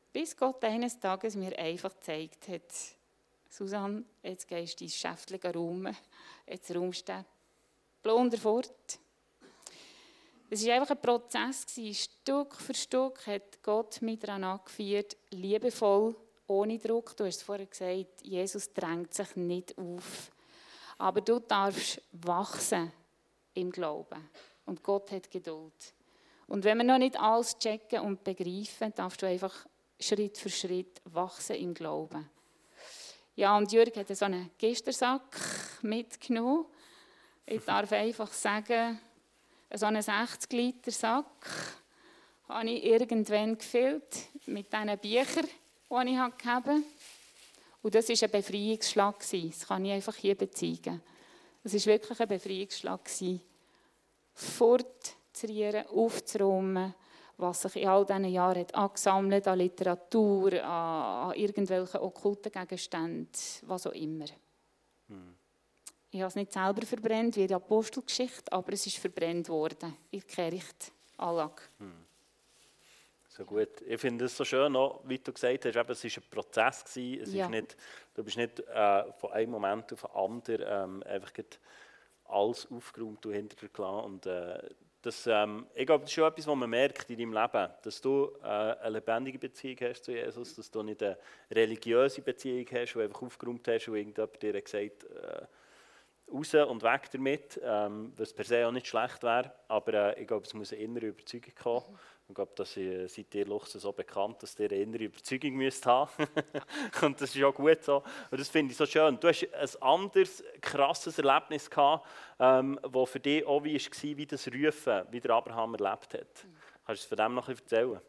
Bis Gott eines Tages mir einfach gezeigt hat, Susanne, jetzt gehst du ins Schäftchen räumen, jetzt räumst du den Plunder fort. Es war einfach ein Prozess. Stück für Stück hat Gott mich daran angeführt, liebevoll, ohne Druck. Du hast es vorher gesagt, Jesus drängt sich nicht auf. Aber du darfst wachsen im Glauben. Und Gott hat Geduld. Und wenn wir noch nicht alles checken und begreifen, darfst du einfach Schritt für Schritt wachsen im Glauben. Ja, und Jürg hat so einen Gistersack mitgenommen. Ich darf einfach sagen, so einen 60-Liter-Sack habe ich irgendwann gefüllt mit diesen Büchern, die ich hatte. Und das war ein Befreiungsschlag. Das kann ich einfach hier bezeugen. Das war wirklich ein Befreiungsschlag. Fortzurieren, aufzuräumen, was sich in all diesen Jahren hat angesammelt an Literatur, an irgendwelchen okkulten Gegenständen, was auch immer. Ich habe es nicht selber verbrannt, wie die Apostelgeschichte, aber es ist verbrannt worden in der Kirchtanlage. So gut. Ich finde es so schön, auch, wie du gesagt hast, eben, es war ein Prozess. Es ist nicht, du bist nicht von einem Moment auf den anderen einfach alles aufgeräumt und hinter dir gelassen. Und, ich glaube, das ist schon etwas, was man merkt in deinem Leben, dass du eine lebendige Beziehung hast zu Jesus, dass du nicht eine religiöse Beziehung hast, die du einfach aufgeräumt hast und irgendjemand dir gesagt hat, raus und weg damit, was per se auch nicht schlecht wäre, aber ich glaube, es muss eine innere Überzeugung kommen. Ich glaube, dass seid ihr Luchsen so bekannt, dass ihr eine innere Überzeugung müsst haben. Und das ist auch gut so. Und das finde ich so schön. Du hast ein anderes, krasses Erlebnis gehabt, das für dich auch wie war, wie das Rufen, wie der Abraham erlebt hat. Kannst du von dem noch ein bisschen erzählen?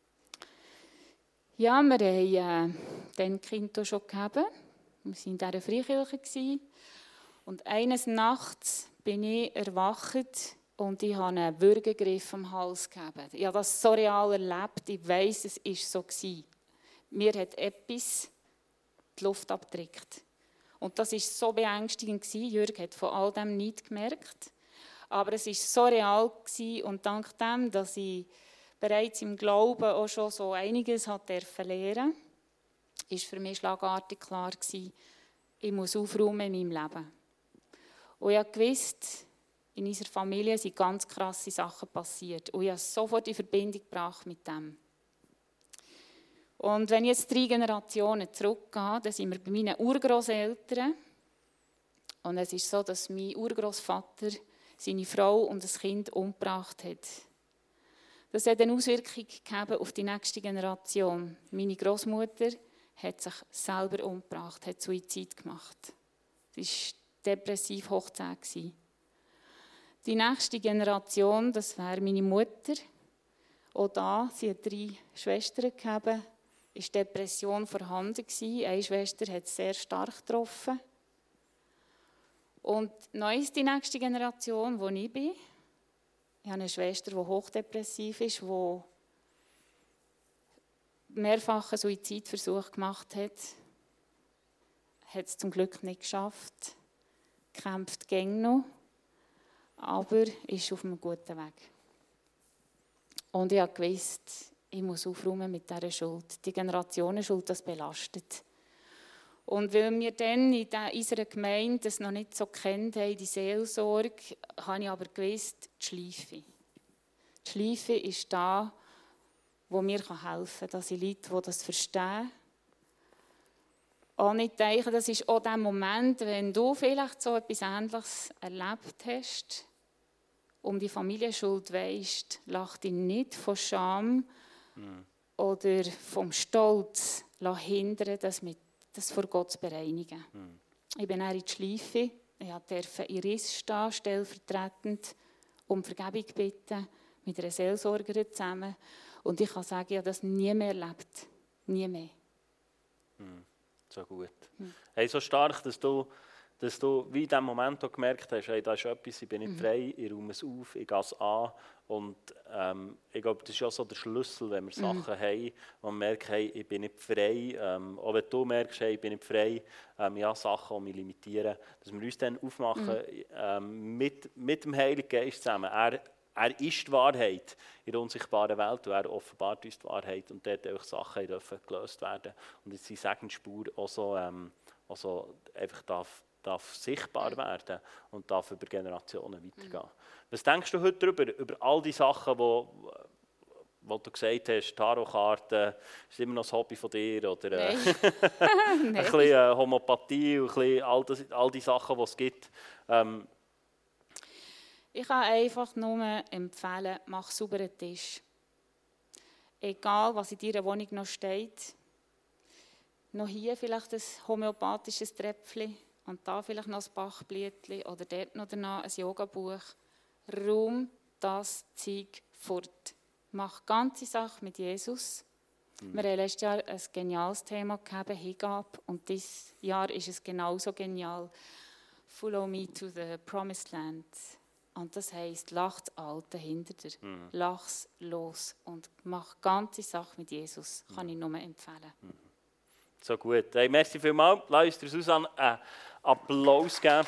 Ja, wir haben den Kind schon gehabt. Wir waren in dieser Freikirche. Und eines Nachts bin ich erwacht und ich habe einen Würgegriff am Hals gegeben. Ich habe das so real erlebt, ich weiss, es war so gewesen. Mir hat etwas die Luft abgedrückt. Und das war so beängstigend gewesen. Jürg hat von all dem nichts gemerkt. Aber es war so real gewesen. Und dank dem, dass ich bereits im Glauben auch schon so einiges lernen durfte, war für mich schlagartig klar gewesen, ich muss aufräumen in meinem Leben. Und ich wusste, in unserer Familie sind ganz krasse Sachen passiert. Und ich habe sofort in Verbindung gebracht mit dem. Und wenn ich jetzt 3 Generationen zurückgehe, dann sind wir bei meinen Urgroßeltern. Und es ist so, dass mein Urgroßvater seine Frau und ein Kind umgebracht hat. Das hat eine Auswirkung gegeben auf die nächste Generation. Meine Großmutter hat sich selber umgebracht, hat Suizid gemacht. Das war depressiv hoch 10. Die nächste Generation, das wäre meine Mutter. Auch da, sie hat 3 Schwestern gehabt, war Depression vorhanden. Eine Schwester hat es sehr stark getroffen. Und neu ist die nächste Generation, wo ich bin. Ich habe eine Schwester, die hochdepressiv ist, die mehrfach einen Suizidversuch gemacht hat. Hat es zum Glück nicht geschafft. Kämpft gegen noch, aber ist auf einem guten Weg. Und ich habe gewusst, ich muss aufräumen mit dieser Schuld. Die Generationenschuld, das belastet. Und weil wir dann in unserer Gemeinde das noch nicht so kennt haben, die Seelsorge, habe ich aber gewusst, die Schleife. Die Schleife ist da, wo mir helfen kann, dass ich Leute, die das verstehen. Und ich denke, das ist auch der Moment, wenn du vielleicht so etwas Ähnliches erlebt hast, um die Familienschuld weisst, lach dich nicht von Scham oder vom Stolz hindern, das vor Gott zu bereinigen. Ich bin dann in die Schleife, ich durfte in Riss stehen, stellvertretend, um Vergebung bitten, mit einer Seelsorgerin zusammen. Und ich kann sagen, ich habe das nie mehr erlebt. Nie mehr. So gut. Hey, so stark, dass du wie in diesem Moment auch gemerkt hast, hey, da ist etwas, ich bin nicht frei, ich räume es auf, ich gehe es an. Und ich glaube, das ist auch so der Schlüssel, wenn wir Sachen haben, wo man merkt, hey, ich bin nicht frei. Auch wenn du merkst, hey, ich bin nicht frei, ja, Sachen, die mich limitieren, dass wir uns dann aufmachen mit dem Heiligen Geist zusammen. Er Er ist die Wahrheit in der unsichtbaren Welt und er offenbart uns die Wahrheit und dort auch Sachen dürfen gelöst werden. Und jetzt die Segensspur auch so einfach darf sichtbar werden und darf über Generationen weitergehen. Was denkst du heute darüber, über all die Sachen, wo du gesagt hast, Tarotkarten, ist immer noch das Hobby von dir? Oder Nein. ein bisschen Homöopathie und ein bisschen all die Sachen, die es gibt. Ich kann einfach nur empfehlen, mach sauberen Tisch. Egal, was in deiner Wohnung noch steht. Noch hier vielleicht ein homöopathisches Tröpfchen und da vielleicht noch ein Bachblütchen oder dort noch danach ein Yogabuch. Räum das Zeug fort. Mach ganze Sache mit Jesus. Wir haben letztes Jahr ein geniales Thema gehabt, Hingabe, und dieses Jahr ist es genauso genial. Follow me to the promised land. Und das heisst, lach das Alte hinter dir. Lach's los und mach ganze Sache mit Jesus. Kann ich nur empfehlen. So gut. Hey, merci vielmals. Lass uns der Susanne einen Applaus geben.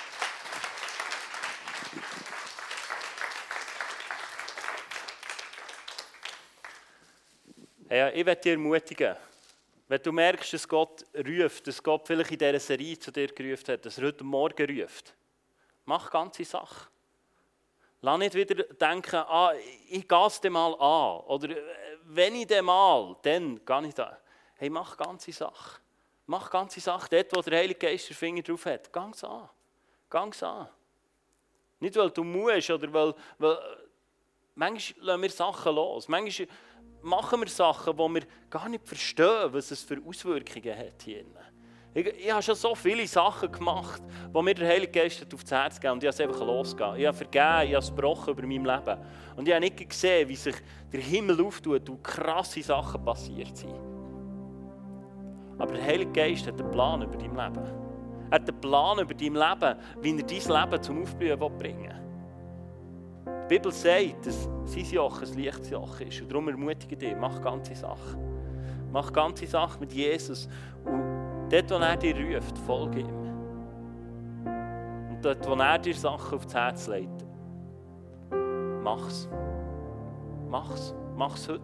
Hey, ich möchte dich ermutigen, wenn du merkst, dass Gott ruft, dass Gott vielleicht in dieser Serie zu dir gerufen hat, dass er heute Morgen ruft, mach ganze Sache. Lass nicht wieder denken, ich gehe es dem mal an. Oder wenn ich dem mal, dann gehe ich da. Hey, mach ganze Sache. Mach ganze Sache. Dort, wo der Heilige Geist den Finger drauf hat, geh es an. Geh es an. Nicht, weil du musst, oder weil manchmal lassen wir Sachen los. Manchmal machen wir Sachen, die wir gar nicht verstehen, was es für Auswirkungen hat hier drin. Ich habe schon so viele Sachen gemacht, die mir der Heilige Geist aufs Herz gegeben hat, und ich habe es einfach losgegeben. Ich habe vergeben, ich habe es gebrochen über mein Leben. Und ich habe nicht gesehen, wie sich der Himmel auftut und krasse Sachen passiert sind. Aber der Heilige Geist hat einen Plan über dein Leben. Er hat einen Plan über dein Leben, wie er dein Leben zum Aufblühen bringen will. Die Bibel sagt, dass sein Joch ein leichtes Joch ist. Und darum ermutige dich, mach ganze Sache. Mach ganze Sache mit Jesus. Und dort, wo er dich ruft, folge ihm. Und dort, wo er dir Sachen aufs Herz legt, mach's. Mach's. Mach's heute.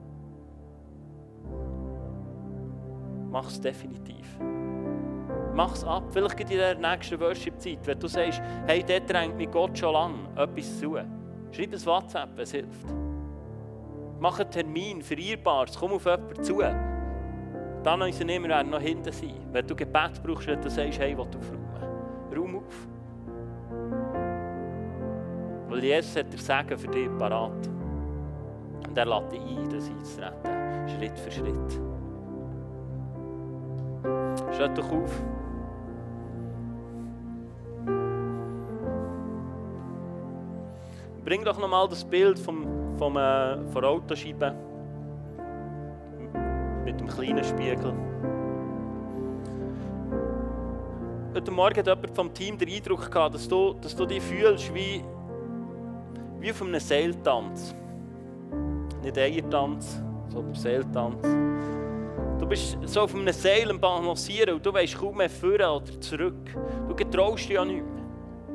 Mach's definitiv. Mach's ab. Vielleicht in der nächsten Worship-Zeit, wenn du sagst, hey, dort drängt mich Gott schon lange etwas zu. Schreib ein WhatsApp, es hilft. Mach einen Termin, vereinbar's, komm auf jemanden zu. Dann müssen wir noch hinten sein. Wenn du Gebet brauchst, wenn du sagst, hey, ich will aufräumen. Raum auf. Weil Jesus hat den Segen für dich parat. Und er lädt dich ein, das einzutreten. Schritt für Schritt. Steht doch auf. Bring doch nochmal das Bild von der Autoscheibe mit dem kleinen Spiegel. Heute Morgen hat jemand vom Team den Eindruck gehabt, dass du dich fühlst wie auf einem Seiltanz. Nicht Eiertanz, sondern Seiltanz. Du bist so auf einem Seil am Balancieren und du weißt kaum mehr vorne oder zurück. Du getraust dich ja nicht mehr.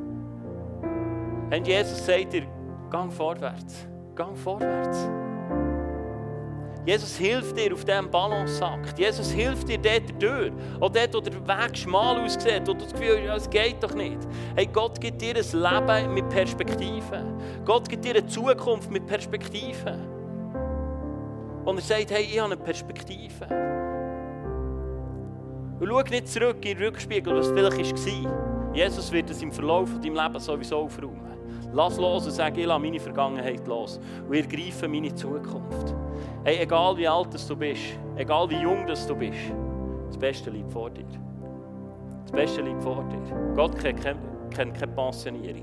Und Jesus sagt dir, geh vorwärts. Geh vorwärts. Jesus hilft dir auf diesem Balanceakt. Jesus hilft dir dort durch. Auch dort, wo der Weg schmal aussieht, wo du das Gefühl hast, es geht doch nicht. Hey, Gott gibt dir ein Leben mit Perspektive. Gott gibt dir eine Zukunft mit Perspektive. Und er sagt, hey, ich habe eine Perspektive. Und schau nicht zurück in den Rückspiegel, was vielleicht war. Jesus wird es im Verlauf von deinem Leben sowieso aufräumen. Lass los und sag, ich lasse meine Vergangenheit los. Und ich ergreife meine Zukunft. Hey, egal wie alt du bist, egal wie jung du bist, das Beste liegt vor dir. Das Beste liegt vor dir. Gott kennt keine Pensionierung.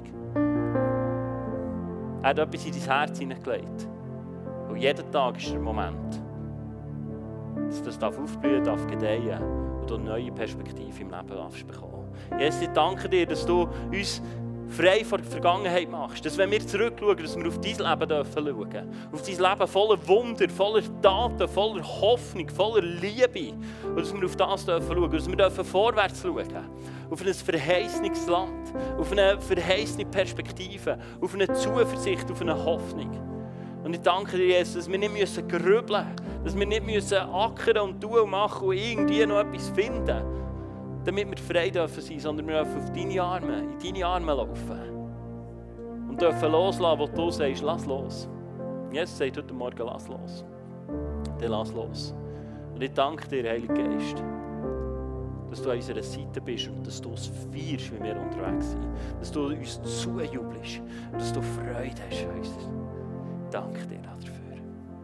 Er hat etwas in dein Herz hineingelegt. Und jeden Tag ist der Moment, dass das aufblühen darf, gedeihen und du eine neue Perspektive im Leben bekommen. Jesus, ich danke dir, dass du uns frei von der Vergangenheit machst. Dass wenn wir zurückschauen, dass wir auf dein Leben schauen dürfen. Auf dein Leben voller Wunder, voller Taten, voller Hoffnung, voller Liebe. Und dass wir auf das schauen dürfen. Dass wir vorwärts schauen dürfen. Auf ein verheißenes Land. Auf eine verheißene Perspektive. Auf eine Zuversicht, auf eine Hoffnung. Und ich danke dir, Jesus, dass wir nicht grübeln müssen. Dass wir nicht ackern und tun und machen und irgendwie noch etwas finden. Damit wir frei dürfen sein, sondern wir dürfen auf deine Arme, in deine Arme laufen. Und dürfen loslassen, wo du sagst, lass los. Jesus sagt heute Morgen, lass los. Dann lass los. Und ich danke dir, Heiliger Geist, dass du an unserer Seite bist und dass du uns feierst, wie wir unterwegs sind. Dass du uns zujubelst und dass du Freude hast an uns. Danke dir dafür.